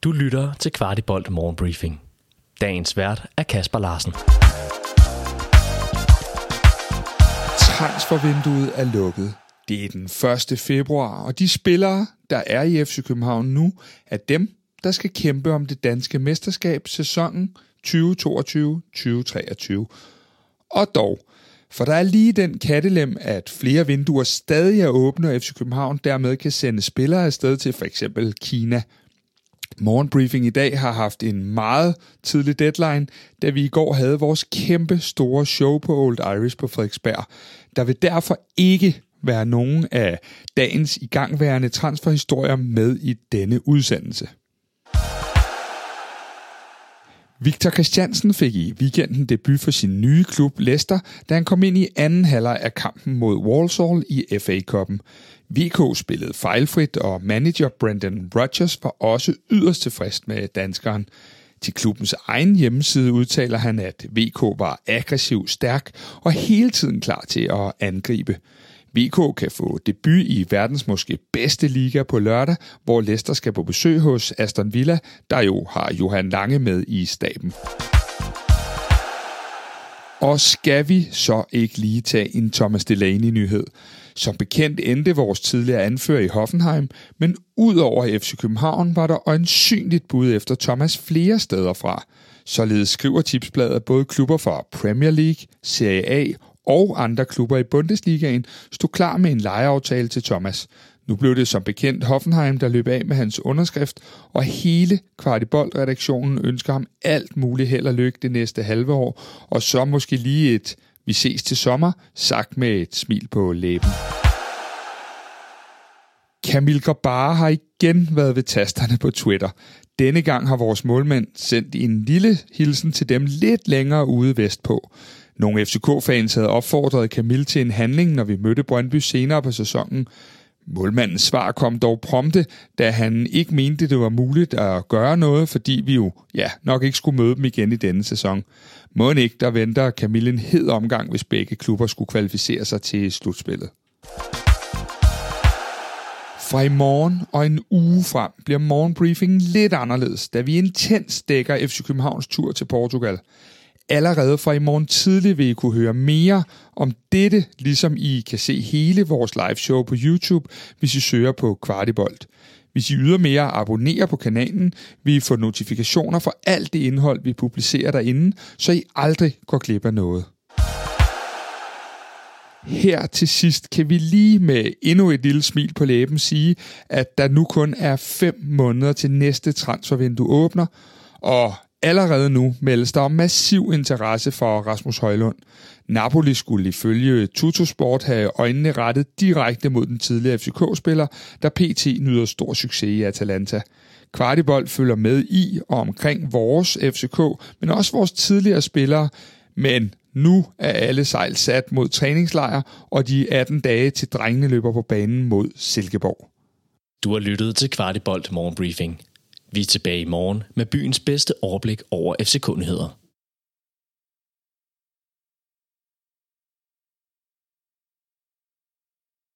Du lytter til Kvartibolt Morgenbriefing. Dagens vært er Kasper Larsen. Transfervinduet er lukket. Det er den 1. februar, og de spillere, der er i FC København nu, er dem, der skal kæmpe om det danske mesterskab sæsonen 2022-2023. Og dog, for der er lige den kattelem, at flere vinduer stadig er åbne, og FC København dermed kan sende spillere afsted til f.eks. Kina. Morgenbriefing i dag har haft en meget tidlig deadline, da vi i går havde vores kæmpe store show på Old Irish på Frederiksberg. Der vil derfor ikke være nogen af dagens igangværende transferhistorier med i denne udsendelse. Victor Christiansen fik i weekenden debut for sin nye klub Leicester, da han kom ind i anden halvleg af kampen mod Walsall i FA-cuppen. VK spillede fejlfrit, og manager Brendan Rodgers var også yderst tilfreds med danskeren. Til klubbens egen hjemmeside udtaler han, at VK var aggressiv, stærk og hele tiden klar til at angribe. VK kan få debut i verdens måske bedste liga på lørdag, hvor Leicester skal på besøg hos Aston Villa, der jo har Johan Lange med i staben. Og skal vi så ikke lige tage en Thomas Delaney-nyhed? Som bekendt endte vores tidligere anfører i Hoffenheim, men udover FC København var der øjensynligt bud efter Thomas flere steder fra. Således skriver Tipsbladet, at både klubber fra Premier League, Serie A og andre klubber i Bundesligaen stod klar med en lejeaftale til Thomas. Nu blev det som bekendt Hoffenheim, der løb af med hans underskrift, og hele Kvartibolt-redaktionen ønsker ham alt muligt held og lykke det næste halve år, og så måske lige et "vi ses til sommer" sagt med et smil på læben. Kamil Grabara har igen været ved tasterne på Twitter. Denne gang har vores målmand sendt en lille hilsen til dem lidt længere ude vestpå. Nogle FCK-fans havde opfordret Kamil til en handling, når vi mødte Brøndby senere på sæsonen. Målmandens svar kom dog prompte, da han ikke mente, det var muligt at gøre noget, fordi vi jo nok ikke skulle møde dem igen i denne sæson. Måden ikke, der venter Kamil en hed omgang, hvis begge klubber skulle kvalificere sig til slutspillet. Fra i morgen og en uge frem bliver morgenbriefingen lidt anderledes, da vi intens dækker FC Københavns tur til Portugal. Allerede fra i morgen tidlig vil I kunne høre mere om dette, ligesom I kan se hele vores liveshow på YouTube, hvis I søger på Kvartibolt. Hvis I ydermere abonnerer på kanalen, vil I få notifikationer for alt det indhold, vi publicerer derinde, så I aldrig går glip af noget. Her til sidst kan vi lige med endnu et lille smil på læben sige, at der nu kun er 5 måneder til næste transfervindue åbner, og allerede nu meldes der om massiv interesse for Rasmus Højlund. Napoli skulle ifølge Tuttosport have øjnene rettet direkte mod den tidligere FCK-spiller, der pt. Nyder stor succes i Atalanta. Kvartibolt følger med i og omkring vores FCK, men også vores tidligere spillere. Men nu er alle sejl sat mod træningslejr, og de 18 dage til drengene løber på banen mod Silkeborg. Du har lyttet til Kvartibolt Morgenbriefing. Vi er tilbage i morgen med byens bedste overblik over FCK-nyheder.